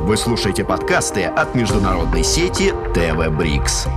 Вы слушаете подкасты от международной сети ТВ Брикс.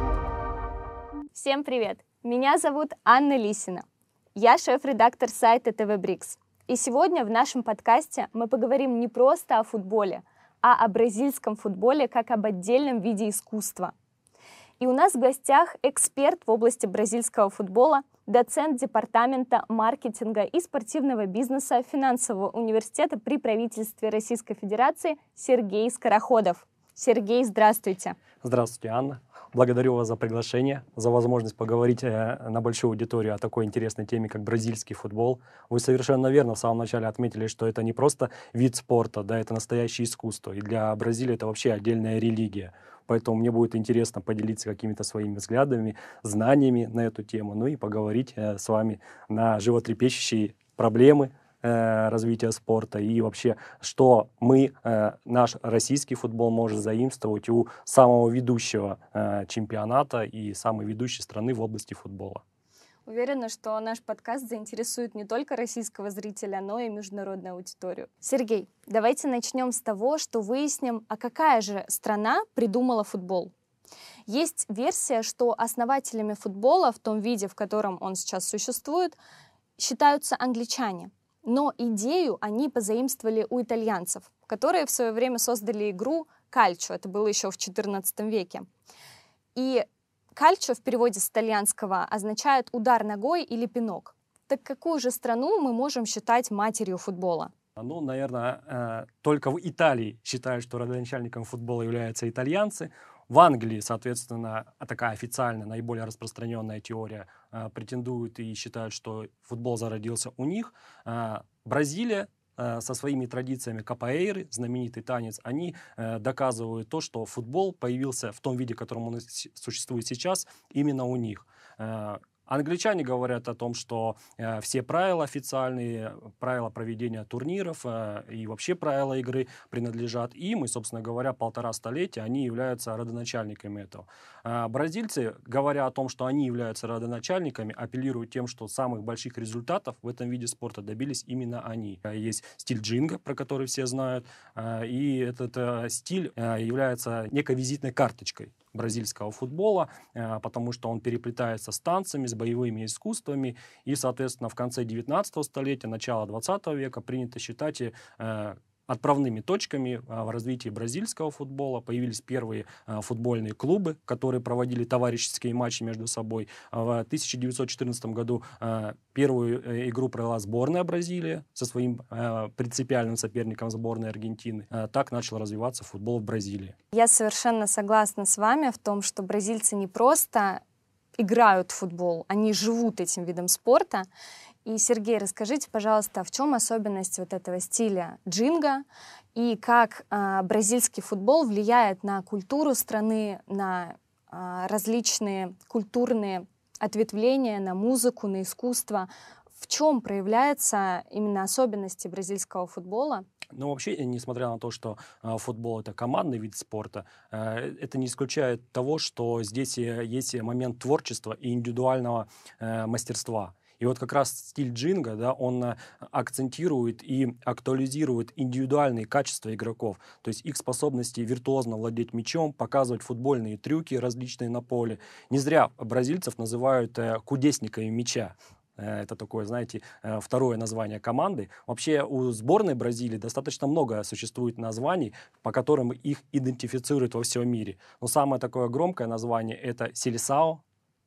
Всем привет! Меня зовут Анна Лисина. Я шеф-редактор сайта ТВ Брикс. И сегодня в нашем подкасте мы поговорим не просто о футболе, а о бразильском футболе как об отдельном виде искусства. И у нас в гостях эксперт в области бразильского футбола, доцент департамента маркетинга и спортивного бизнеса финансового университета при правительстве Российской Федерации Сергей Скороходов. Сергей, здравствуйте. Здравствуйте, Анна. Благодарю вас за приглашение, за возможность поговорить на большую аудиторию о такой интересной теме, как бразильский футбол. Вы совершенно верно в самом начале отметили, что это не просто вид спорта, да, это настоящее искусство. И для Бразилии это вообще отдельная религия. Поэтому мне будет интересно поделиться какими-то своими взглядами, знаниями на эту тему, ну и поговорить с вами на животрепещущие проблемы развития спорта и вообще, что наш российский футбол может заимствовать у самого ведущего чемпионата и самой ведущей страны в области футбола. Уверена, что наш подкаст заинтересует не только российского зрителя, но и международную аудиторию. Сергей, давайте начнем с того, что выясним, а какая же страна придумала футбол. Есть версия, что основателями футбола в том виде, в котором он сейчас существует, считаются англичане. Но идею они позаимствовали у итальянцев, которые в свое время создали игру кальчо. Это было еще в XIV веке. И кальчо в переводе с итальянского означает «удар ногой» или «пинок». Так какую же страну мы можем считать матерью футбола? Ну, наверное, только в Италии считают, что родоначальником футбола являются итальянцы. В Англии, соответственно, такая официальная, наиболее распространенная теория, претендуют и считают, что футбол зародился у них. Бразилия со своими традициями капоэйры, знаменитый танец, они доказывают то, что футбол появился в том виде, в котором он существует сейчас, именно у них. Англичане говорят о том, что все правила официальные, правила проведения турниров и вообще правила игры принадлежат им, и, собственно говоря, 1,5 столетия они являются родоначальниками этого. Бразильцы, говоря о том, что они являются родоначальниками, апеллируют тем, что самых больших результатов в этом виде спорта добились именно они. Есть стиль джинга, про который все знают, и этот стиль является некой визитной карточкой бразильского футбола, потому что он переплетается с танцами, с боевыми искусствами, и, соответственно, в конце 19 столетия, начало 20 века принято считать отправными точками в развитии бразильского футбола. Появились первые футбольные клубы, которые проводили товарищеские матчи между собой. В 1914 году первую игру провела сборная Бразилии со своим принципиальным соперником сборной Аргентины. Так начал развиваться футбол в Бразилии. Я совершенно согласна с вами в том, что бразильцы не просто играют в футбол, они живут этим видом спорта. И, Сергей, расскажите, пожалуйста, в чем особенность вот этого стиля джинга и как бразильский футбол влияет на культуру страны, на различные культурные ответвления, на музыку, на искусство. В чем проявляются именно особенности бразильского футбола? Ну, вообще, несмотря на то, что футбол — это командный вид спорта, это не исключает того, что здесь есть момент творчества и индивидуального мастерства. И вот как раз стиль джинга, да, он акцентирует и актуализирует индивидуальные качества игроков, то есть их способности виртуозно владеть мячом, показывать футбольные трюки различные на поле. Не зря бразильцев называют кудесниками мяча. Это такое, знаете, второе название команды. Вообще у сборной Бразилии достаточно много существует названий, по которым их идентифицируют во всем мире. Но самое такое громкое название — это «Селесао»,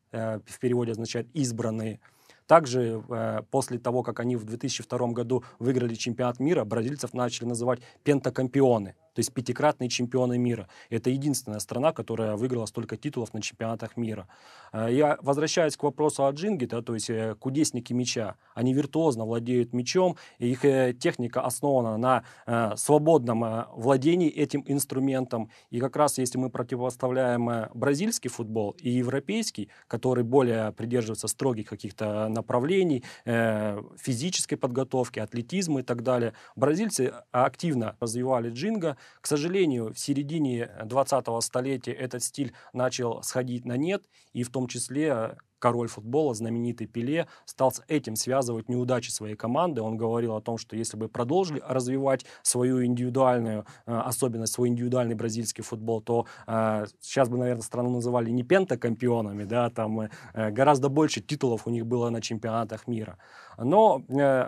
в переводе означает «избранные». Также после того, как они в 2002 году выиграли чемпионат мира, бразильцев начали называть пентакампионы, то есть 5-кратные чемпионы мира. Это единственная страна, которая выиграла столько титулов на чемпионатах мира. Я возвращаюсь к вопросу о джинге, да, то есть кудесники мяча. Они виртуозно владеют мячом, и их техника основана на свободном владении этим инструментом. И как раз если мы противопоставляем бразильский футбол и европейский, который более придерживается строгих каких-то направлений, физической подготовки, атлетизма и так далее, бразильцы активно развивали джинго. К сожалению, в середине 20-го столетия этот стиль начал сходить на нет, и в том числе король футбола, знаменитый Пеле, стал с этим связывать неудачи своей команды. Он говорил о том, что если бы продолжили развивать свою индивидуальную особенность, свой индивидуальный бразильский футбол, то сейчас бы, наверное, страну называли не пентакампионами, да, там гораздо больше титулов у них было на чемпионатах мира. Но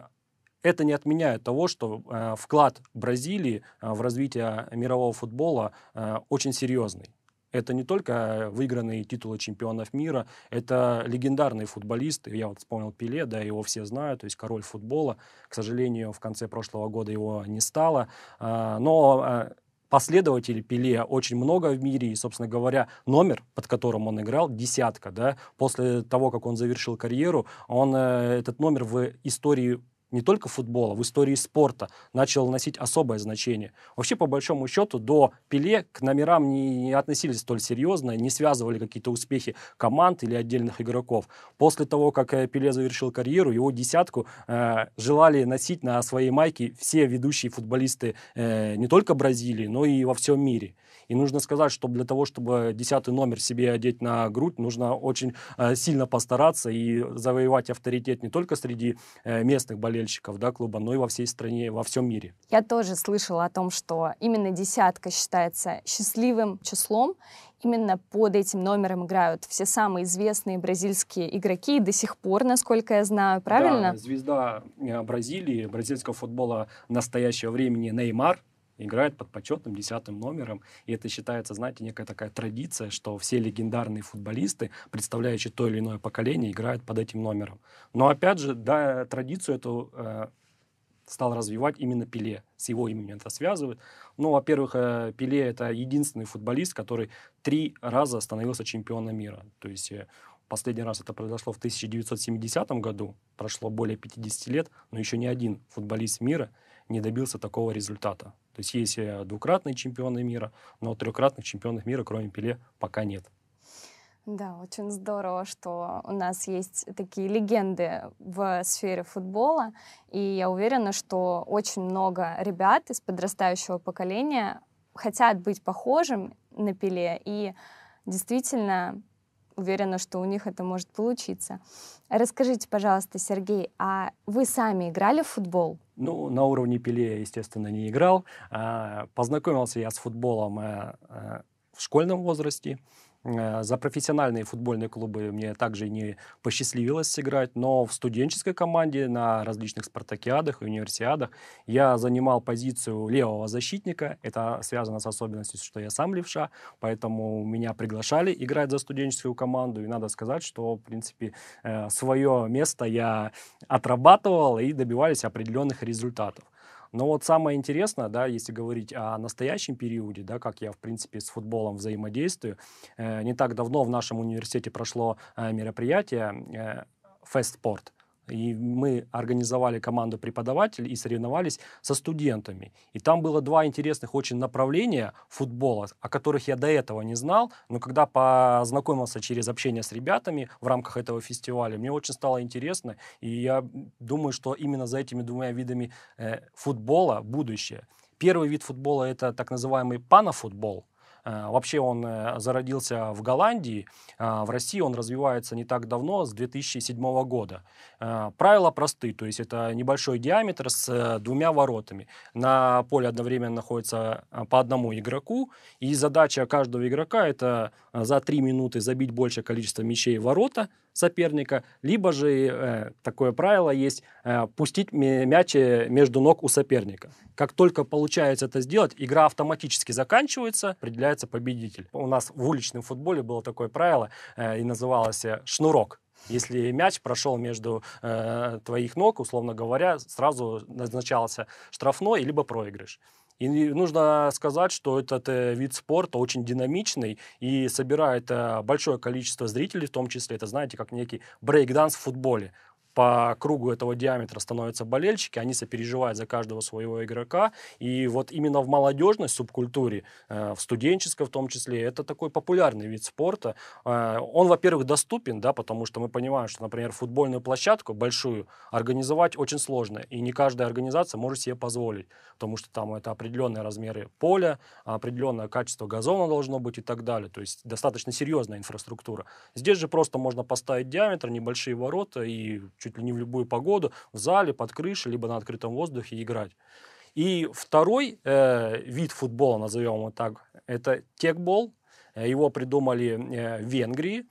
это не отменяет того, что вклад Бразилии в развитие мирового футбола очень серьезный. Это не только выигранные титулы чемпионов мира, это легендарные футболисты. Я вот вспомнил Пеле, да, его все знают, то есть король футбола. К сожалению, в конце прошлого года его не стало. Но последователей Пеле очень много в мире, и, собственно говоря, номер, под которым он играл, 10, да, после того, как он завершил карьеру, он этот номер в истории не только футбола, в истории спорта начал носить особое значение. Вообще, по большому счету, до Пеле к номерам не относились столь серьезно, не связывали какие-то успехи команд или отдельных игроков. После того, как Пеле завершил карьеру, его 10 желали носить на своей майке все ведущие футболисты не только Бразилии, но и во всем мире. И нужно сказать, что для того, чтобы 10 номер себе одеть на грудь, нужно очень сильно постараться и завоевать авторитет не только среди местных болельщиков, да, клуба, но и во всей стране, во всем мире. Я тоже слышала о том, что именно 10 считается счастливым числом. Именно под этим номером играют все самые известные бразильские игроки до сих пор, насколько я знаю, правильно? Да, звезда Бразилии, бразильского футбола настоящего времени Неймар играет под почетным 10 номером. И это считается, знаете, некая такая традиция, что все легендарные футболисты, представляющие то или иное поколение, играют под этим номером. Но опять же, да, традицию эту стал развивать именно Пеле. С его именем это связывают. Ну, во-первых, Пеле — это единственный футболист, который 3 раза становился чемпионом мира. То есть последний раз это произошло в 1970 году, прошло более 50 лет, но еще ни один футболист мира не добился такого результата. То есть двукратные чемпионы мира, но 3-кратных чемпионов мира, кроме Пеле, пока нет. Да, очень здорово, что у нас есть такие легенды в сфере футбола, и я уверена, что очень много ребят из подрастающего поколения хотят быть похожим на Пеле, и действительно уверена, что у них это может получиться. Расскажите, пожалуйста, Сергей, а вы сами играли в футбол? Ну, на уровне Пеле я, естественно, не играл. Познакомился я с футболом в школьном возрасте. За профессиональные футбольные клубы мне также не посчастливилось сыграть, но в студенческой команде на различных спартакиадах и универсиадах я занимал позицию левого защитника. Это связано с особенностью, что я сам левша, поэтому меня приглашали играть за студенческую команду. И надо сказать, что, в принципе, свое место я отрабатывал и добивались определенных результатов. Но вот самое интересное, да, если говорить о настоящем периоде, да, как я, в принципе, с футболом взаимодействую, не так давно в нашем университете прошло мероприятие «Фестспорт». И мы организовали команду преподавателей и соревновались со студентами. И там было 2 интересных очень направления футбола, о которых я до этого не знал. Но когда познакомился через общение с ребятами в рамках этого фестиваля, мне очень стало интересно. И я думаю, что именно за этими 2 видами футбола будущее. Первый вид футбола — это так называемый панофутбол. Вообще он зародился в Голландии, в России он развивается не так давно, с 2007 года. Правила просты, то есть это небольшой диаметр с 2 воротами. На поле одновременно находится по 1 игроку, и задача каждого игрока — это за 3 минуты забить большее количество мячей в ворота соперника, либо же такое правило есть — пустить мяч между ног у соперника. Как только получается это сделать, игра автоматически заканчивается, определяется победитель. У нас в уличном футболе было такое правило и называлось «шнурок». Если мяч прошел между твоих ног, условно говоря, сразу назначался штрафной либо проигрыш. И нужно сказать, что этот вид спорта очень динамичный и собирает большое количество зрителей, в том числе, это, знаете, как некий брейк-данс в футболе. по кругу этого диаметра становятся болельщики, они сопереживают за каждого своего игрока. И вот именно в молодежной субкультуре, в студенческой в том числе, это такой популярный вид спорта. Он, во-первых, доступен, да, потому что мы понимаем, что, например, футбольную площадку большую организовать очень сложно, и не каждая организация может себе позволить, потому что там это определенные размеры поля, определенное качество газона должно быть и так далее. То есть достаточно серьезная инфраструктура. Здесь же просто можно поставить диаметр, небольшие ворота и чуть ли не в любую погоду в зале, под крышей, либо на открытом воздухе играть. И второй вид футбола, назовем его так, это текбол. Его придумали в Венгрии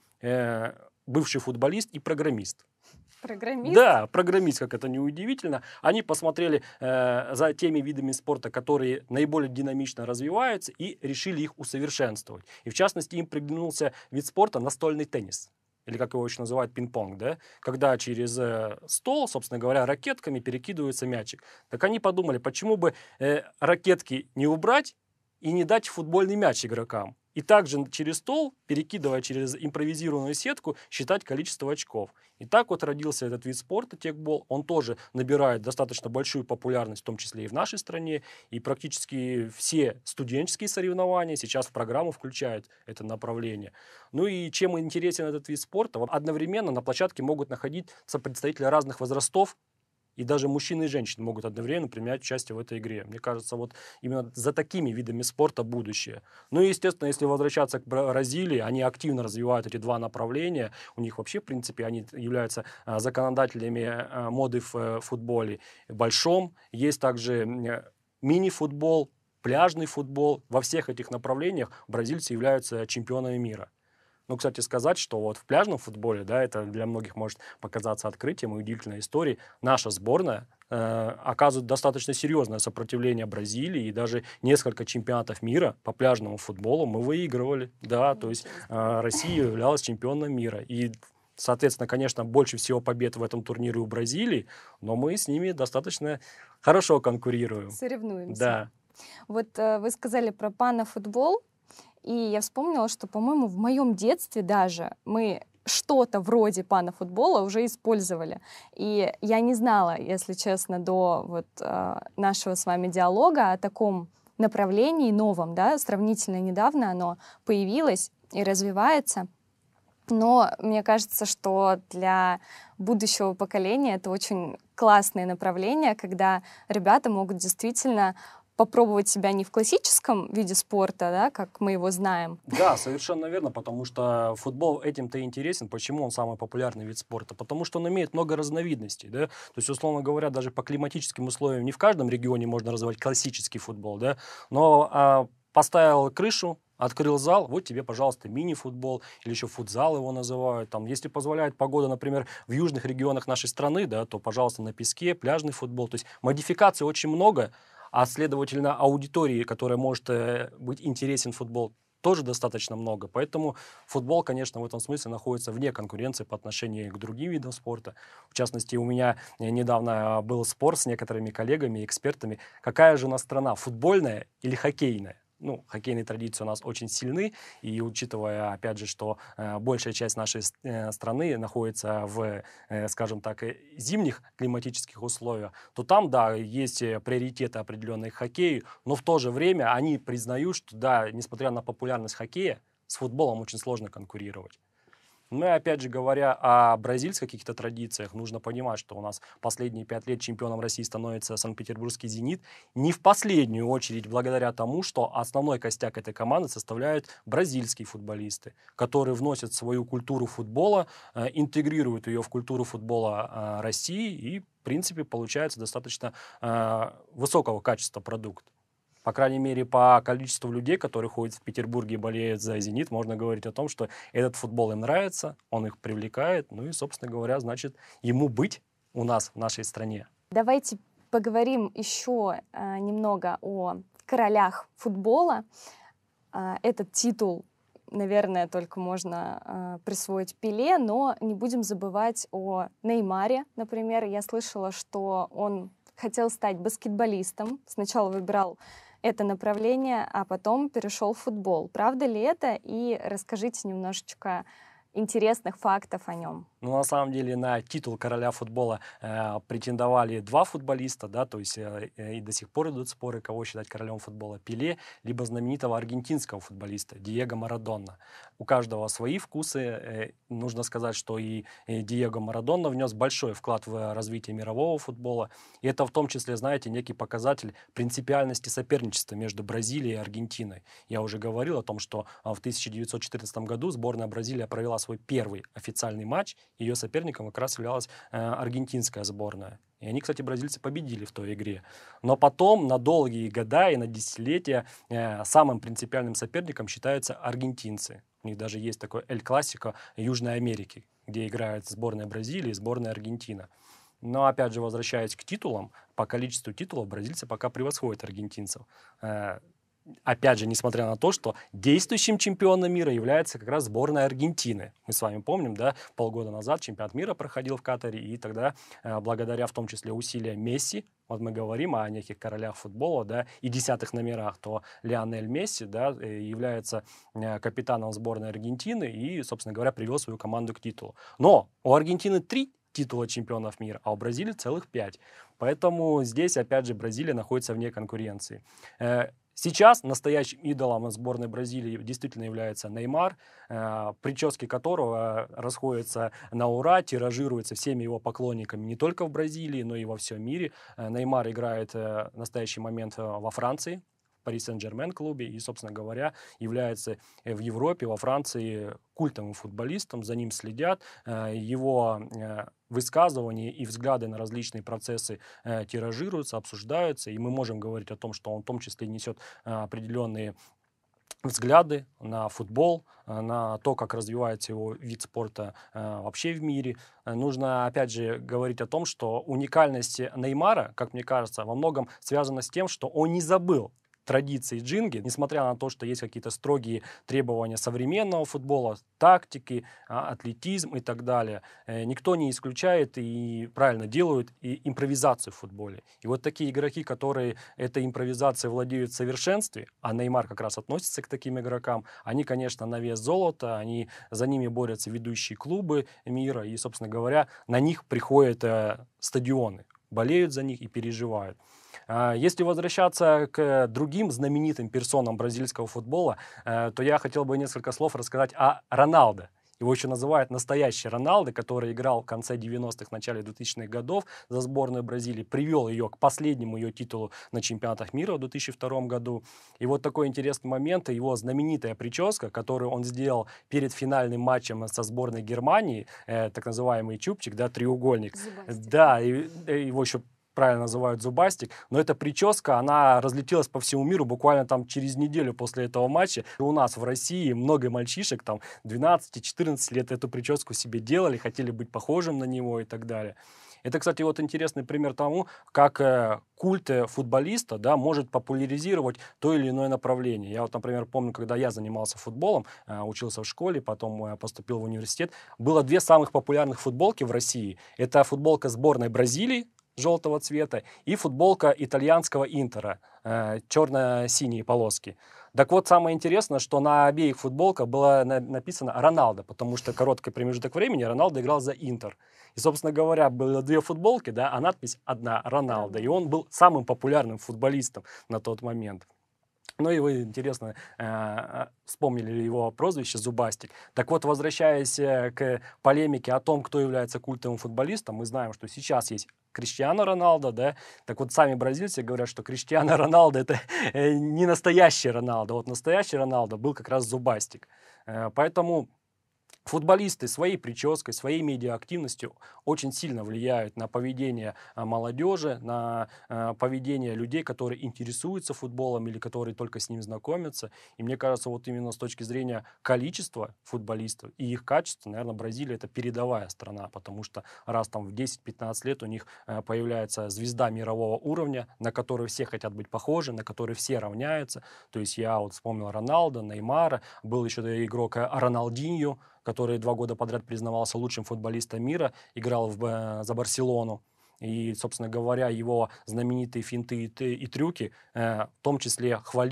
бывший футболист и программист. Программист? Да, программист, как это не удивительно. Они посмотрели за теми видами спорта, которые наиболее динамично развиваются, и решили их усовершенствовать. И в частности, им приглянулся вид спорта настольный теннис. Или как его еще называют, пинг-понг, да? Когда через стол, собственно говоря, ракетками перекидывается мячик. Так они подумали, почему бы ракетки не убрать и не дать футбольный мяч игрокам. И также через стол, перекидывая через импровизированную сетку, считать количество очков. И так вот родился этот вид спорта, текбол. Он тоже набирает достаточно большую популярность, в том числе и в нашей стране. И практически все студенческие соревнования сейчас в программу включают это направление. Ну и чем интересен этот вид спорта? Одновременно на площадке могут находиться представители разных возрастов. И даже мужчины и женщины могут одновременно принимать участие в этой игре. Мне кажется, вот именно за такими видами спорта будущее. Ну и, естественно, если возвращаться к Бразилии, они активно развивают эти два направления. У них вообще, в принципе, они являются законодателями моды в футболе большом. Есть также мини-футбол, пляжный футбол. Во всех этих направлениях бразильцы являются чемпионами мира. Ну, кстати, сказать, что вот в пляжном футболе, да, это для многих может показаться открытием и удивительной историей, наша сборная оказывает достаточно серьезное сопротивление Бразилии, и даже несколько чемпионатов мира по пляжному футболу мы выигрывали, да, то есть Россия являлась чемпионом мира. И, соответственно, конечно, больше всего побед в этом турнире у Бразилии, но мы с ними достаточно хорошо конкурируем. Соревнуемся. Да. Вот вы сказали про панофутбол. И я вспомнила, что, по-моему, в моем детстве даже мы что-то вроде панофутбола уже использовали. И я не знала, если честно, до вот, нашего с вами диалога о таком направлении новом, да, сравнительно недавно оно появилось и развивается. Но мне кажется, что для будущего поколения это очень классное направление, когда ребята могут действительно попробовать себя не в классическом виде спорта, да, как мы его знаем. Да, совершенно верно, потому что футбол этим-то и интересен. Почему он самый популярный вид спорта? Потому что он имеет много разновидностей. Да? То есть, условно говоря, даже по климатическим условиям не в каждом регионе можно развивать классический футбол, да? Но поставил крышу, открыл зал, вот тебе, пожалуйста, мини-футбол, или еще футзал его называют. Там, если позволяет погода, например, в южных регионах нашей страны, да, то, пожалуйста, на песке, пляжный футбол. То есть модификаций очень много, а, следовательно, аудитории, которая может быть интересен футбол, тоже достаточно много. Поэтому футбол, конечно, в этом смысле находится вне конкуренции по отношению к другим видам спорта. В частности, у меня недавно был спор с некоторыми коллегами, экспертами. Какая же у нас страна, футбольная или хоккейная? Ну, хоккейные традиции у нас очень сильны, и учитывая, опять же, что большая часть нашей страны находится в, скажем так, зимних климатических условиях, то там, да, есть приоритеты определенные к хоккею, но в то же время они признают, что, да, несмотря на популярность хоккея, с футболом очень сложно конкурировать. Ну и опять же, говоря о бразильских каких-то традициях, нужно понимать, что у нас последние 5 лет чемпионом России становится Санкт-Петербургский «Зенит». Не в последнюю очередь благодаря тому, что основной костяк этой команды составляют бразильские футболисты, которые вносят свою культуру футбола, интегрируют ее в культуру футбола России, и, в принципе, получается достаточно высокого качества продукт. По крайней мере, по количеству людей, которые ходят в Петербурге и болеют за «Зенит», можно говорить о том, что этот футбол им нравится, он их привлекает, ну и, собственно говоря, значит, ему быть у нас в нашей стране. Давайте поговорим еще немного о королях футбола. Этот титул, наверное, только можно присвоить Пеле, но не будем забывать о Неймаре, например. Я слышала, что он хотел стать баскетболистом. Сначала выбирал это направление, а потом перешел в футбол. Правда ли это? И расскажите немножечко интересных фактов о нем. Ну, на самом деле, на титул короля футбола претендовали два футболиста, да, то есть и до сих пор идут споры, кого считать королем футбола: Пеле, либо знаменитого аргентинского футболиста Диего Марадона. У каждого свои вкусы. Нужно сказать, что и Диего Марадона внес большой вклад в развитие мирового футбола. И это в том числе, знаете, некий показатель принципиальности соперничества между Бразилией и Аргентиной. Я уже говорил о том, что в 1914 году сборная Бразилии провела свой первый официальный матч. Ее соперником как раз являлась аргентинская сборная. И они, кстати, бразильцы победили в той игре. Но потом на долгие года и на десятилетия самым принципиальным соперником считаются аргентинцы. У них даже есть такой Эль Классико Южной Америки, где играют сборная Бразилии и сборная Аргентина. Но, опять же, возвращаясь к титулам, по количеству титулов бразильцы пока превосходят аргентинцев. Опять же, несмотря на то, что действующим чемпионом мира является как раз сборная Аргентины. Мы с вами помним, да, полгода назад чемпионат мира проходил в Катаре, и тогда, благодаря в том числе усилиям Месси, вот мы говорим о неких королях футбола, да, и десятых номерах, то Лионель Месси, да, является капитаном сборной Аргентины и, собственно говоря, привел свою команду к титулу. Но у Аргентины 3 титула чемпионов мира, а у Бразилии целых 5. Поэтому здесь, опять же, Бразилия находится вне конкуренции. Сейчас настоящим идолом сборной Бразилии действительно является Неймар, прически которого расходятся на ура, тиражируются всеми его поклонниками не только в Бразилии, но и во всем мире. Неймар играет в настоящий момент во Франции, в Пари Сен-Жермен клубе, и, собственно говоря, является в Европе, во Франции культовым футболистом, за ним следят, его высказывания и взгляды на различные процессы тиражируются, обсуждаются, и мы можем говорить о том, что он в том числе несет определенные взгляды на футбол, на то, как развивается его вид спорта вообще в мире. Нужно, опять же, говорить о том, что уникальность Неймара, как мне кажется, во многом связана с тем, что он не забыл традиции джинги, несмотря на то, что есть какие-то строгие требования современного футбола, тактики, атлетизм и так далее. Никто не исключает и правильно делают и импровизацию в футболе. И вот такие игроки, которые этой импровизацией владеют в совершенстве, а Неймар как раз относится к таким игрокам, они, конечно, на вес золота, за ними борются ведущие клубы мира, и, собственно говоря, на них приходят стадионы, болеют за них и переживают. Если возвращаться к другим знаменитым персонам бразильского футбола, то я хотел бы несколько слов рассказать о Роналдо. Его еще называют настоящий Роналдо, который играл в конце 90-х, начале 2000-х годов за сборную Бразилии, привел ее к последнему ее титулу на чемпионатах мира в 2002 году. И вот такой интересный момент, его знаменитая прическа, которую он сделал перед финальным матчем со сборной Германии, так называемый чубчик, да, треугольник. Зубастик. Да, его еще правильно называют зубастик, но эта прическа, она разлетелась по всему миру буквально там через неделю после этого матча. И у нас в России много мальчишек, там 12-14 лет эту прическу себе делали, хотели быть похожим на него и так далее. Это, кстати, вот интересный пример тому, как культ футболиста, да, может популяризировать то или иное направление. Я вот, например, помню, когда я занимался футболом, учился в школе, потом поступил в университет, было 2 самых популярных футболки в России. Это футболка сборной Бразилии желтого цвета и футболка итальянского Интера, черно-синие полоски. Так вот, самое интересное, что на обеих футболках было написано «Роналдо», потому что короткий промежуток времени Роналдо играл за Интер. И, собственно говоря, было 2 футболки, да, а надпись одна «Роналдо». И он был самым популярным футболистом на тот момент. Ну и вы, интересно, вспомнили его прозвище «Зубастик». Так вот, возвращаясь к полемике о том, кто является культовым футболистом, мы знаем, что сейчас есть Криштиану Роналдо, да, так вот сами бразильцы говорят, что Криштиану Роналдо это не настоящий Роналдо, вот настоящий Роналдо был как раз Зубастик. Поэтому футболисты своей прической, своей медиаактивностью очень сильно влияют на поведение молодежи, на поведение людей, которые интересуются футболом или которые только с ним знакомятся. И мне кажется, вот именно с точки зрения количества футболистов и их качества, наверное, Бразилия — это передовая страна, потому что раз там в 10-15 лет у них появляется звезда мирового уровня, на которую все хотят быть похожи, на которую все равняются. То есть я вот вспомнил Роналдо, Неймара, был еще игрок Роналдиньо, который 2 года подряд признавался лучшим футболистом мира, играл за Барселону. И, собственно говоря, его знаменитые финты и трюки в том числе хвалил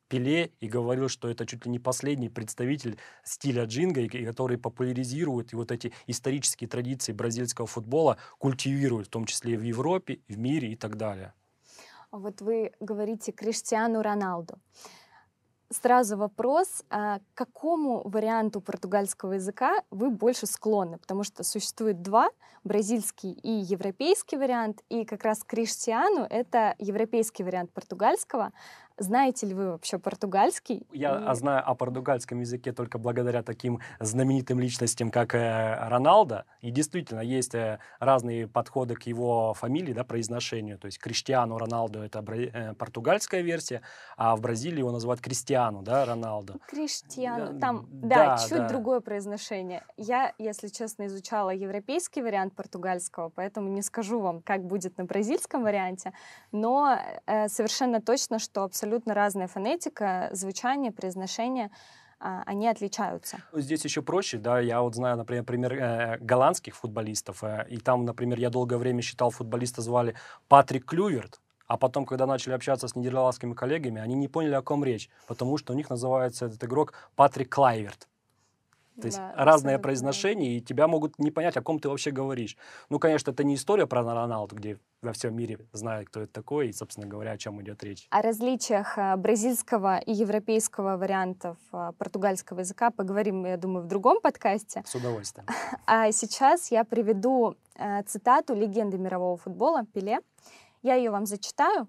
Пеле и говорил, что это чуть ли не последний представитель стиля джинга, и который популяризирует и вот эти исторические традиции бразильского футбола, культивирует, в том числе и в Европе, в мире и так далее. Вот вы говорите Криштиану Роналду. Сразу вопрос, к какому варианту португальского языка вы больше склонны? Потому что существует два, бразильский и европейский вариант, и как раз Криштиану — это европейский вариант португальского. Знаете ли вы вообще португальский? Я знаю о португальском языке только благодаря таким знаменитым личностям, как Роналдо. И действительно, есть разные подходы к его фамилии, да, произношению. То есть Криштиану Роналдо — это португальская версия, а в Бразилии его называют Кристиану, да, Роналдо. Криштиану. Да, Там, да, чуть да. другое произношение. Я, если честно, изучала европейский вариант португальского, поэтому не скажу вам, как будет на бразильском варианте, но совершенно точно, что абсолютно разная фонетика, звучание, произношение, они отличаются. Здесь еще проще, да, я вот знаю, например, пример голландских футболистов, и там, например, я долгое время считал, футболиста звали Патрик Клюверт, а потом, когда начали общаться с нидерландскими коллегами, они не поняли, о ком речь, потому что у них называется этот игрок Патрик Клайверт. То есть Да, разное абсолютно. произношение, и тебя могут не понять, о ком ты вообще говоришь. Ну, конечно, это не история про Роналду, где во всем мире знают, кто это такой, и, собственно говоря, о чем идет речь. О различиях бразильского и европейского вариантов португальского языка поговорим, я думаю, в другом подкасте. С удовольствием. А сейчас я приведу цитату легенды мирового футбола Пеле. Я ее вам зачитаю.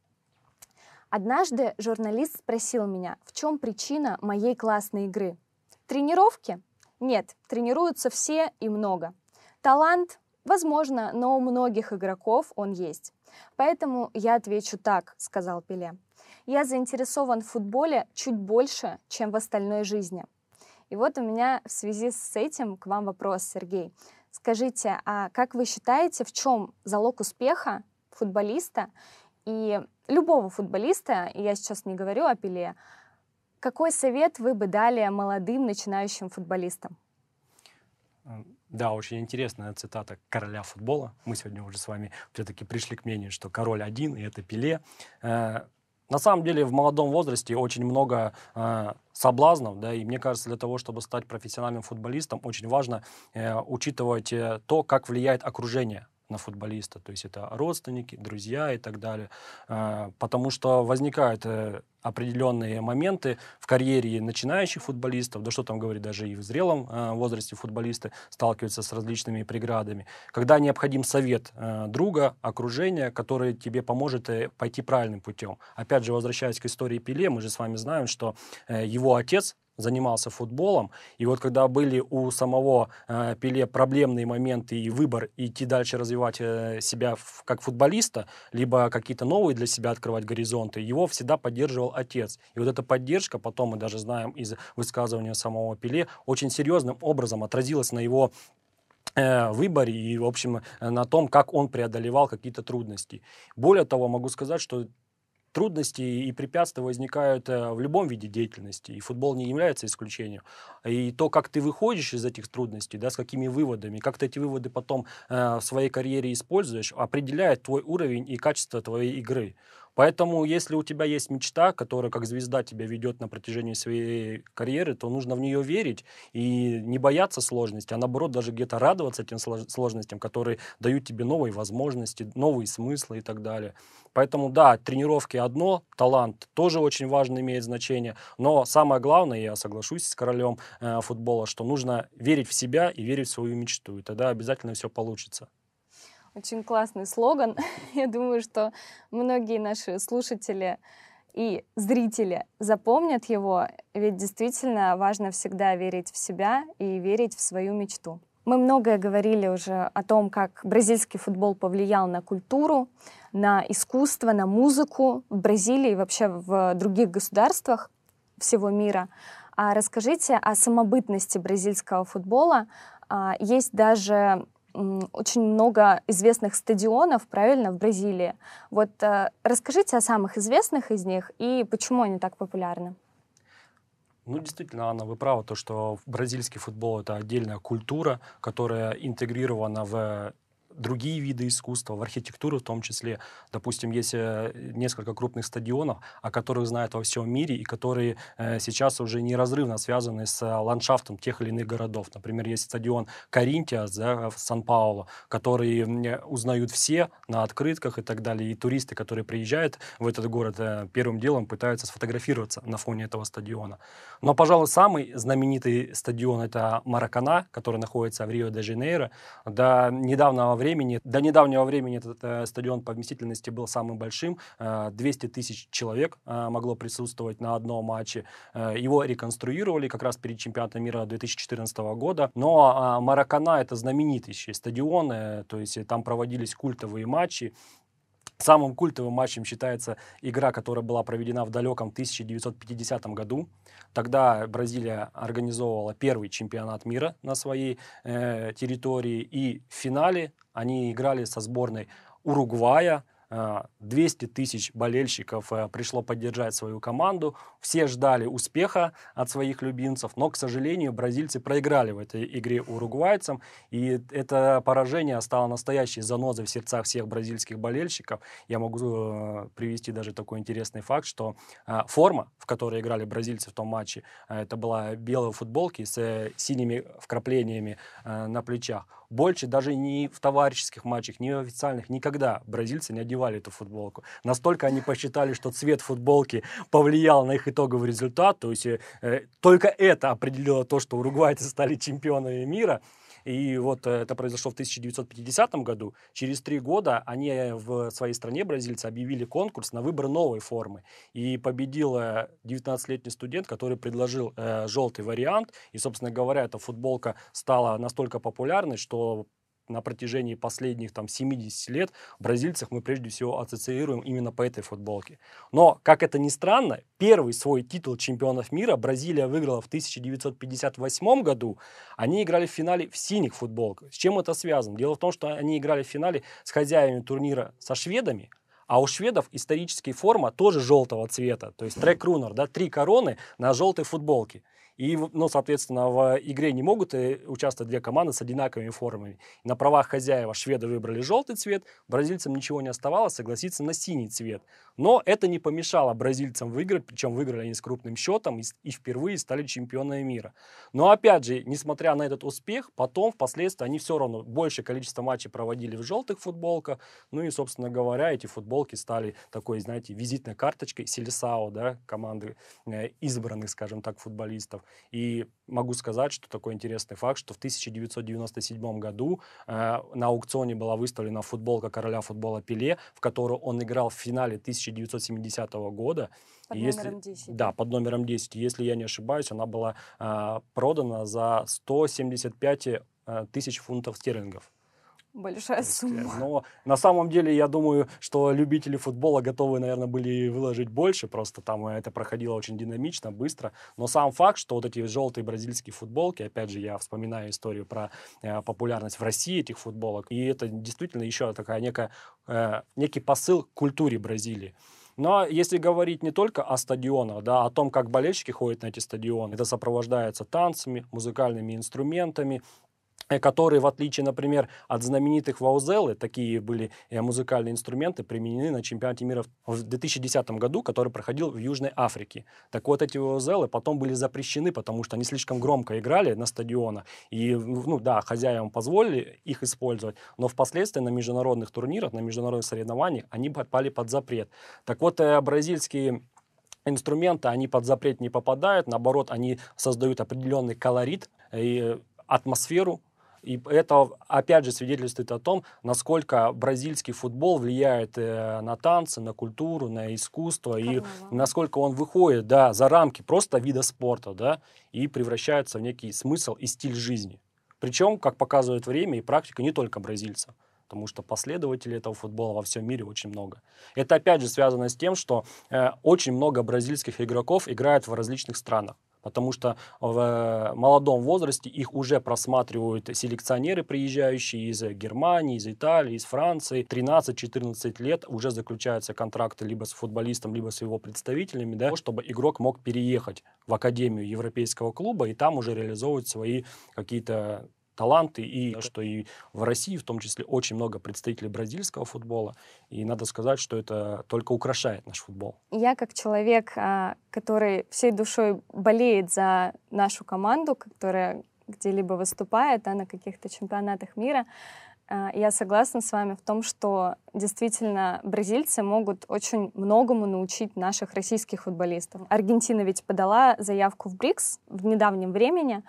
«Однажды журналист спросил меня, в чем причина моей классной игры. Тренировки? Нет, тренируются все и много. Талант? Возможно, но у многих игроков он есть. Поэтому я отвечу так», — сказал Пеле. «Я заинтересован в футболе чуть больше, чем в остальной жизни». И вот у меня в связи с этим к вам вопрос, Сергей. Скажите, а как вы считаете, в чем залог успеха футболиста и любого футболиста, и я сейчас не говорю о Пеле, какой совет вы бы дали молодым начинающим футболистам? Да, очень интересная цитата короля футбола. Мы сегодня уже с вами все-таки пришли к мнению, что король один, и это Пеле. На самом деле в молодом возрасте очень много соблазнов, да, и мне кажется, для того, чтобы стать профессиональным футболистом, очень важно учитывать то, как влияет окружение на футболиста, то есть это родственники, друзья и так далее, потому что возникают определенные моменты в карьере начинающих футболистов, да что там говорить, даже и в зрелом возрасте футболисты сталкиваются с различными преградами, когда необходим совет друга, окружения, который тебе поможет пойти правильным путем. Опять же, возвращаясь к истории Пеле, мы же с вами знаем, что его отец занимался футболом, и вот когда были у самого Пеле проблемные моменты и выбор идти дальше развивать себя как футболиста, либо какие-то новые для себя открывать горизонты, его всегда поддерживал отец. И вот эта поддержка, потом мы даже знаем из высказывания самого Пеле, очень серьезным образом отразилась на его выборе и, в общем, на том, как он преодолевал какие-то трудности. Более того, могу сказать, что трудности и препятствия возникают в любом виде деятельности, и футбол не является исключением. И то, как ты выходишь из этих трудностей, да, с какими выводами, как ты эти выводы потом в своей карьере используешь, определяет твой уровень и качество твоей игры. Поэтому, если у тебя есть мечта, которая как звезда тебя ведет на протяжении своей карьеры, то нужно в нее верить и не бояться сложностей, а наоборот даже где-то радоваться этим сложностям, которые дают тебе новые возможности, новые смыслы и так далее. Поэтому, да, тренировки одно, талант тоже очень важно, имеет значение, но самое главное, я соглашусь с королем футбола, что нужно верить в себя и верить в свою мечту, и тогда обязательно все получится. Очень классный слоган. Я думаю, что многие наши слушатели и зрители запомнят его, ведь действительно важно всегда верить в себя и верить в свою мечту. Мы многое говорили уже о том, как бразильский футбол повлиял на культуру, на искусство, на музыку в Бразилии и вообще в других государствах всего мира. А расскажите о самобытности бразильского футбола. Есть даже очень много известных стадионов, правильно, в Бразилии. Вот расскажите о самых известных из них и почему они так популярны. Ну, действительно, Анна, вы правы, то, что бразильский футбол — это отдельная культура, которая интегрирована в другие виды искусства, в архитектуру в том числе. Допустим, есть несколько крупных стадионов, о которых знают во всем мире и которые сейчас уже неразрывно связаны с ландшафтом тех или иных городов. Например, есть стадион Коринтиас, да, в Сан-Паулу, который узнают все на открытках и так далее. И туристы, которые приезжают в этот город, первым делом пытаются сфотографироваться на фоне этого стадиона. Но, пожалуй, самый знаменитый стадион — это Маракана, который находится в Рио-де-Жанейро. До недавнего времени этот стадион по вместительности был самым большим. 200 тысяч человек могло присутствовать на одном матче. Его реконструировали как раз перед чемпионатом мира 2014 года. Но Маракана — это знаменитейший стадион, то есть там проводились культовые матчи. Самым культовым матчем считается игра, которая была проведена в далеком 1950 году. Тогда Бразилия организовывала первый чемпионат мира на своей территории. И в финале они играли со сборной Уругвая. 200 тысяч болельщиков пришло поддержать свою команду. Все ждали успеха от своих любимцев, но, к сожалению, бразильцы проиграли в этой игре уругвайцам. И это поражение стало настоящей занозой в сердцах всех бразильских болельщиков. Я могу привести даже такой интересный факт, что форма, в которой играли бразильцы в том матче, это была белые футболки с синими вкраплениями на плечах. Больше даже ни в товарищеских матчах, ни в официальных никогда бразильцы не одевали эту футболку. Настолько они посчитали, что цвет футболки повлиял на их итоговый результат. То есть только это определило то, что уругвайцы стали чемпионами мира. И вот это произошло в 1950 году. Через 3 года они в своей стране, бразильцы, объявили конкурс на выбор новой формы. И победил 19-летний студент, который предложил желтый вариант. И, собственно говоря, эта футболка стала настолько популярной, что на протяжении последних 70 лет бразильцев мы прежде всего ассоциируем именно по этой футболке. Но, как это ни странно, первый свой титул чемпионов мира Бразилия выиграла в 1958 году. Они играли в финале в синих футболках. С чем это связано? Дело в том, что они играли в финале с хозяевами турнира, со шведами. А у шведов историческая форма тоже желтого цвета. То есть трек-рунер, да, 3 короны на желтой футболке. И, соответственно, в игре не могут участвовать 2 команды с одинаковыми формами. На правах хозяева шведы выбрали желтый цвет, бразильцам ничего не оставалось согласиться на синий цвет. Но это не помешало бразильцам выиграть, причем выиграли они с крупным счетом и впервые стали чемпионами мира. Но опять же, несмотря на этот успех, потом впоследствии они все равно большее количество матчей проводили в желтых футболках. Ну и, собственно говоря, эти футболки стали такой, знаете, визитной карточкой Селисао, да, команды избранных, скажем так, футболистов. И могу сказать, что такой интересный факт, что в 1997 году на аукционе была выставлена футболка короля футбола Пеле, в которую он играл в финале 1970 года. Под номером 10. Да, под номером 10. Если я не ошибаюсь, она была продана за 175 тысяч фунтов стерлингов. Большая сумма. Но на самом деле, я думаю, что любители футбола готовы, наверное, были выложить больше. Просто там это проходило очень динамично, быстро. Но сам факт, что вот эти желтые бразильские футболки, опять же, я вспоминаю историю про популярность в России этих футболок. И это действительно еще такая некий посыл к культуре Бразилии. Но если говорить не только о стадионах, да, о том, как болельщики ходят на эти стадионы, это сопровождается танцами, музыкальными инструментами, которые, в отличие, например, от знаменитых ваузелы, такие были музыкальные инструменты, применены на чемпионате мира в 2010 году, который проходил в Южной Африке. Так вот, эти ваузелы потом были запрещены, потому что они слишком громко играли на стадионах. И, хозяевам позволили их использовать, но впоследствии на международных турнирах, на международных соревнованиях они попали под запрет. Так вот, бразильские инструменты, они под запрет не попадают, наоборот, они создают определенный колорит и атмосферу. И это, опять же, свидетельствует о том, насколько бразильский футбол влияет на танцы, на культуру, на искусство, и насколько он выходит, да, за рамки просто вида спорта, да, и превращается в некий смысл и стиль жизни. Причем, как показывает время и практика, не только бразильцев, потому что последователей этого футбола во всем мире очень много. Это, опять же, связано с тем, что очень много бразильских игроков играют в различных странах. Потому что в молодом возрасте их уже просматривают селекционеры, приезжающие из Германии, из Италии, из Франции. 13-14 лет уже заключаются контракты либо с футболистом, либо с его представителями, да, чтобы игрок мог переехать в академию европейского клуба и там уже реализовывать свои какие-то таланты, и что и в России, в том числе, очень много представителей бразильского футбола, и надо сказать, что это только украшает наш футбол. Я как человек, который всей душой болеет за нашу команду, которая где-либо выступает, на каких-то чемпионатах мира, я согласна с вами в том, что действительно бразильцы могут очень многому научить наших российских футболистов. Аргентина ведь подала заявку в БРИКС в недавнем времени,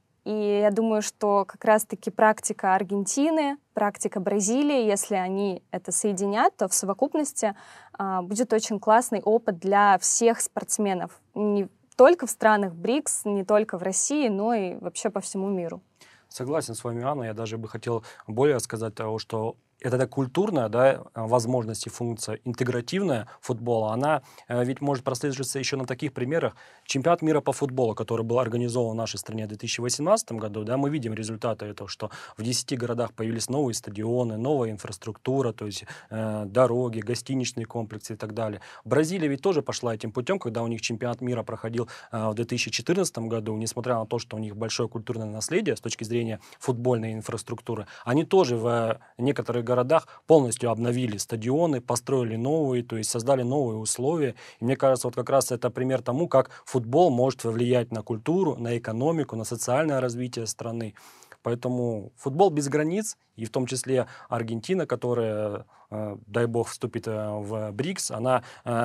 и я думаю, что как раз-таки практика Аргентины, практика Бразилии, если они это соединят, то в совокупности будет очень классный опыт для всех спортсменов. Не только в странах БРИКС, не только в России, но и вообще по всему миру. Согласен с вами, Анна. Я даже бы хотел более сказать того, что эта культурная, да, возможность и функция интегративная футбола, она ведь может прослеживаться еще на таких примерах. Чемпионат мира по футболу, который был организован в нашей стране в 2018 году, да, мы видим результаты этого, что в 10 городах появились новые стадионы, новая инфраструктура, то есть дороги, гостиничные комплексы и так далее. Бразилия ведь тоже пошла этим путем, когда у них чемпионат мира проходил в 2014 году, несмотря на то, что у них большое культурное наследие с точки зрения футбольной инфраструктуры, они тоже в некоторых городах полностью обновили стадионы, построили новые, то есть создали новые условия. И мне кажется, вот как раз это пример тому, как футбол может влиять на культуру, на экономику, на социальное развитие страны. Поэтому футбол без границ, и в том числе Аргентина, которая, дай бог, вступит в БРИКС, она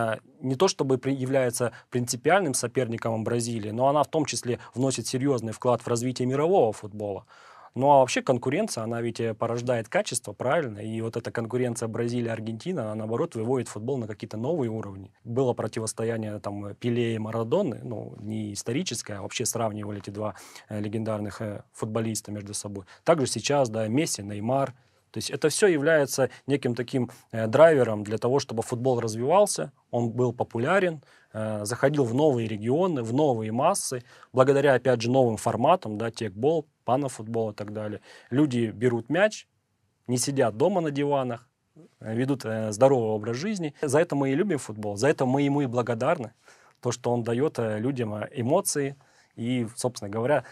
не то чтобы является принципиальным соперником Бразилии, но она в том числе вносит серьезный вклад в развитие мирового футбола. Ну а вообще конкуренция, она ведь порождает качество, правильно? И вот эта конкуренция Бразилия-Аргентина, она, наоборот, выводит футбол на какие-то новые уровни. Было противостояние там Пеле и Марадоны, ну, не историческое, а вообще сравнивали эти два легендарных футболиста между собой. Также сейчас, да, Месси, Неймар. То есть это все является неким таким драйвером для того, чтобы футбол развивался, он был популярен, заходил в новые регионы, в новые массы, благодаря, опять же, новым форматам, да, текбол, панофутбол и так далее. Люди берут мяч, не сидят дома на диванах, ведут здоровый образ жизни. За это мы и любим футбол, за это мы ему и благодарны. То, что он дает людям эмоции и, собственно говоря,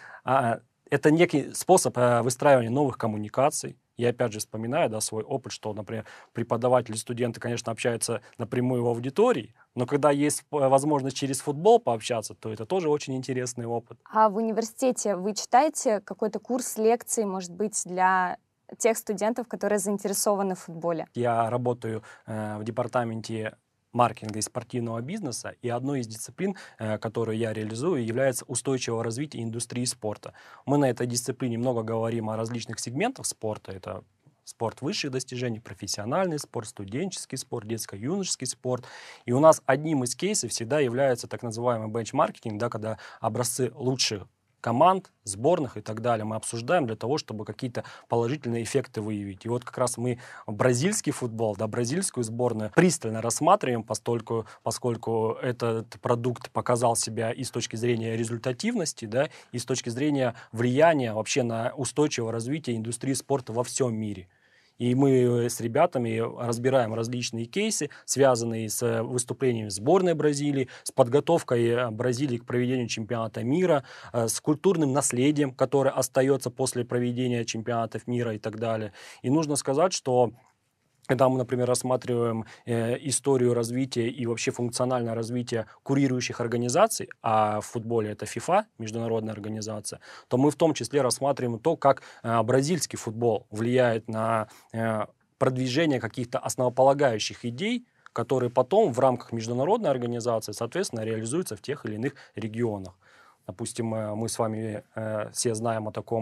это некий способ выстраивания новых коммуникаций. Я опять же вспоминаю, да, свой опыт, что, например, преподаватели и студенты, конечно, общаются напрямую в аудитории, но когда есть возможность через футбол пообщаться, то это тоже очень интересный опыт. А в университете вы читаете какой-то курс лекций, может быть, для тех студентов, которые заинтересованы в футболе? Я работаю в департаменте маркетинга и спортивного бизнеса, и одной из дисциплин, которую я реализую, является устойчивое развитие индустрии спорта. Мы на этой дисциплине много говорим о различных сегментах спорта. Это спорт высших достижений, профессиональный спорт, студенческий спорт, детско-юношеский спорт. И у нас одним из кейсов всегда является так называемый бенчмаркетинг, да, когда образцы лучших команд, сборных и так далее мы обсуждаем для того, чтобы какие-то положительные эффекты выявить. И вот как раз мы бразильский футбол, да, бразильскую сборную пристально рассматриваем, поскольку этот продукт показал себя и с точки зрения результативности, да, и с точки зрения влияния вообще на устойчивое развитие индустрии спорта во всем мире. И мы с ребятами разбираем различные кейсы, связанные с выступлениями сборной Бразилии, с подготовкой Бразилии к проведению чемпионата мира, с культурным наследием, которое остается после проведения чемпионатов мира и так далее. И нужно сказать, что когда мы, например, рассматриваем историю развития и вообще функциональное развитие курирующих организаций, а в футболе это ФИФА, международная организация, то мы в том числе рассматриваем то, как бразильский футбол влияет на продвижение каких-то основополагающих идей, которые потом в рамках международной организации, соответственно, реализуются в тех или иных регионах. Допустим, мы с вами все знаем о таком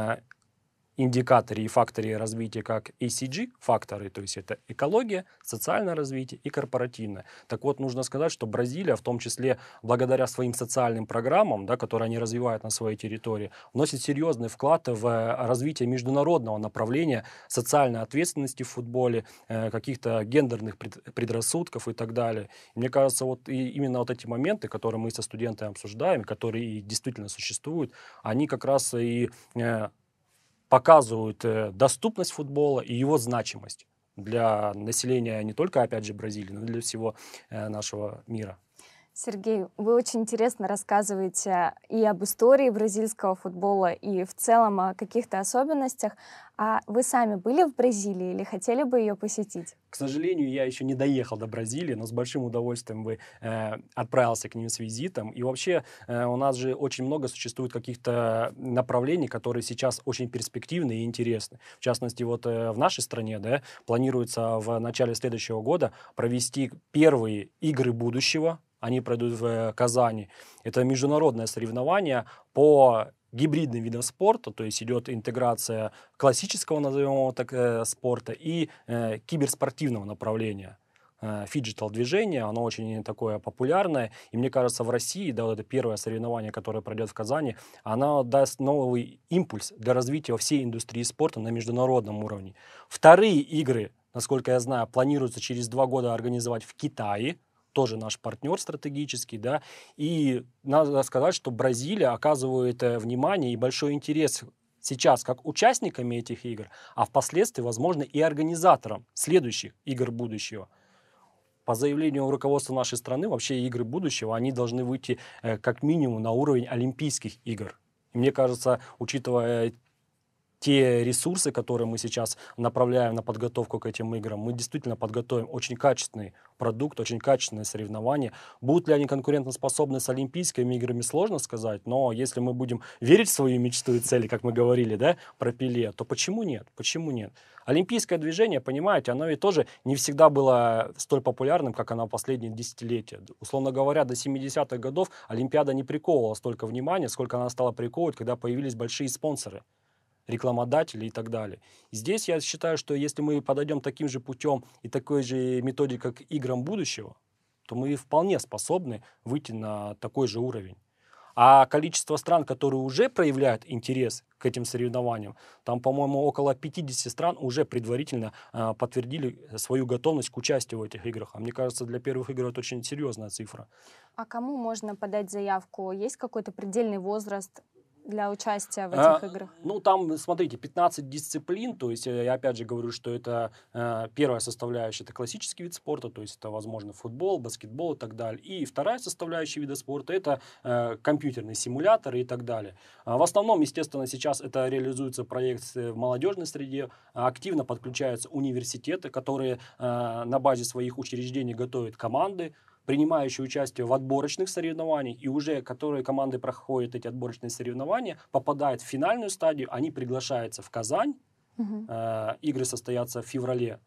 индикаторе и факторе развития, как ESG факторы, то есть это экология, социальное развитие и корпоративное. Так вот, нужно сказать, что Бразилия, в том числе благодаря своим социальным программам, да, которые они развивают на своей территории, вносит серьезный вклад в развитие международного направления социальной ответственности в футболе, каких-то гендерных предрассудков и так далее. И мне кажется, вот именно вот эти моменты, которые мы со студентами обсуждаем, которые и действительно существуют, они как раз и показывают доступность футбола и его значимость для населения не только, опять же, Бразилии, но и для всего нашего мира. Сергей, вы очень интересно рассказываете и об истории бразильского футбола, и в целом о каких-то особенностях. А вы сами были в Бразилии или хотели бы ее посетить? К сожалению, я еще не доехал до Бразилии, но с большим удовольствием бы отправился к ним с визитом. И вообще у нас же очень много существует каких-то направлений, которые сейчас очень перспективны и интересны. В частности, вот в нашей стране, да, планируется в начале следующего года провести первые игры будущего. Они пройдут в Казани. Это международное соревнование по гибридным видам спорта, то есть идет интеграция классического, назовем его так, спорта и киберспортивного направления. Фиджитал-движение, оно очень такое популярное, и мне кажется, в России, да, вот это первое соревнование, которое пройдет в Казани, оно даст новый импульс для развития всей индустрии спорта на международном уровне. Вторые игры, насколько я знаю, планируется через 2 года организовать в Китае, тоже наш партнер стратегический, да, и надо сказать, что Бразилия оказывает внимание и большой интерес сейчас как участниками этих игр, а впоследствии, возможно, и организатором следующих игр будущего. По заявлению руководства нашей страны, вообще игры будущего, они должны выйти как минимум на уровень Олимпийских игр. И мне кажется, учитывая те ресурсы, которые мы сейчас направляем на подготовку к этим играм, мы действительно подготовим очень качественный продукт, очень качественные соревнования. Будут ли они конкурентоспособны с Олимпийскими играми, сложно сказать, но если мы будем верить в свою мечту и цели, как мы говорили, да, про Пеле, то почему нет? Почему нет? Олимпийское движение, понимаете, оно ведь тоже не всегда было столь популярным, как оно последние десятилетия. Условно говоря, до 70-х годов Олимпиада не приковывала столько внимания, сколько она стала приковывать, когда появились большие спонсоры, рекламодатели и так далее. И здесь я считаю, что если мы подойдем таким же путем и такой же методикой к играм будущего, то мы вполне способны выйти на такой же уровень. А количество стран, которые уже проявляют интерес к этим соревнованиям, там, по-моему, около 50 стран уже предварительно подтвердили свою готовность к участию в этих играх. А мне кажется, для первых игр это очень серьезная цифра. А кому можно подать заявку? Есть какой-то предельный возраст для участия в этих играх? Ну, там, смотрите, 15 дисциплин, то есть я опять же говорю, что это первая составляющая, это классический вид спорта, то есть это, возможно, футбол, баскетбол и так далее. И вторая составляющая вида спорта, это компьютерные симуляторы и так далее. В основном, естественно, сейчас это реализуется проект в молодежной среде, активно подключаются университеты, которые на базе своих учреждений готовят команды, принимающие участие в отборочных соревнованиях, и уже которые команды проходят эти отборочные соревнования, попадают в финальную стадию, они приглашаются в Казань, игры состоятся в феврале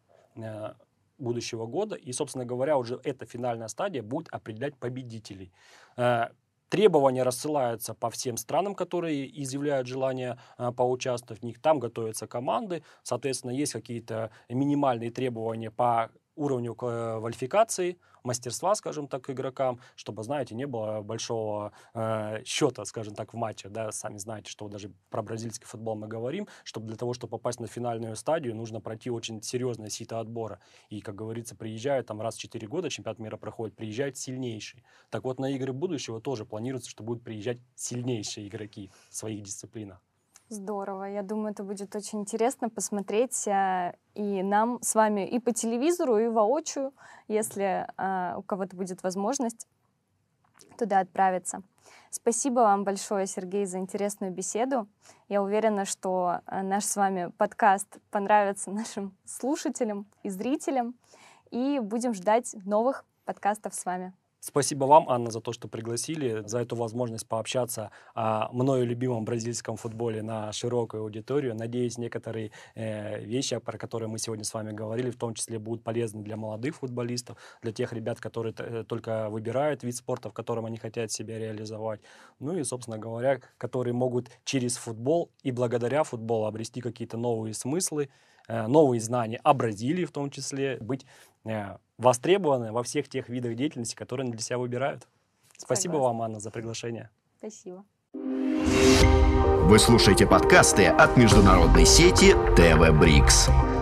будущего года, и, собственно говоря, уже эта финальная стадия будет определять победителей. Требования рассылаются по всем странам, которые изъявляют желание поучаствовать в них. Там готовятся команды. Соответственно, есть какие-то минимальные требования по уровню квалификации, мастерства, скажем так, игрокам, чтобы, знаете, не было большого счета, скажем так, в матче. Да? Сами знаете, что даже про бразильский футбол мы говорим, чтобы для того, чтобы попасть на финальную стадию, нужно пройти очень серьезное сито отбора. И, как говорится, приезжают там раз в 4 года, чемпионат мира проходит, приезжают сильнейшие. Так вот, на игры будущего тоже планируется, что будут приезжать сильнейшие игроки в своих дисциплинах. Здорово. Я думаю, это будет очень интересно посмотреть и нам с вами и по телевизору, и воочию, если у кого-то будет возможность туда отправиться. Спасибо вам большое, Сергей, за интересную беседу. Я уверена, что наш с вами подкаст понравится нашим слушателям и зрителям, и будем ждать новых подкастов с вами. Спасибо вам, Анна, за то, что пригласили, за эту возможность пообщаться о мною любимом бразильском футболе на широкую аудиторию. Надеюсь, некоторые вещи, про которые мы сегодня с вами говорили, в том числе будут полезны для молодых футболистов, для тех ребят, которые только выбирают вид спорта, в котором они хотят себя реализовать. Ну и, собственно говоря, которые могут через футбол и благодаря футболу обрести какие-то новые смыслы, новые знания о Бразилии в том числе, быть востребованы во всех тех видах деятельности, которые они для себя выбирают. Спасибо вам, Анна, за приглашение. Спасибо. Вы слушаете подкасты от международной сети ТВ Брикс.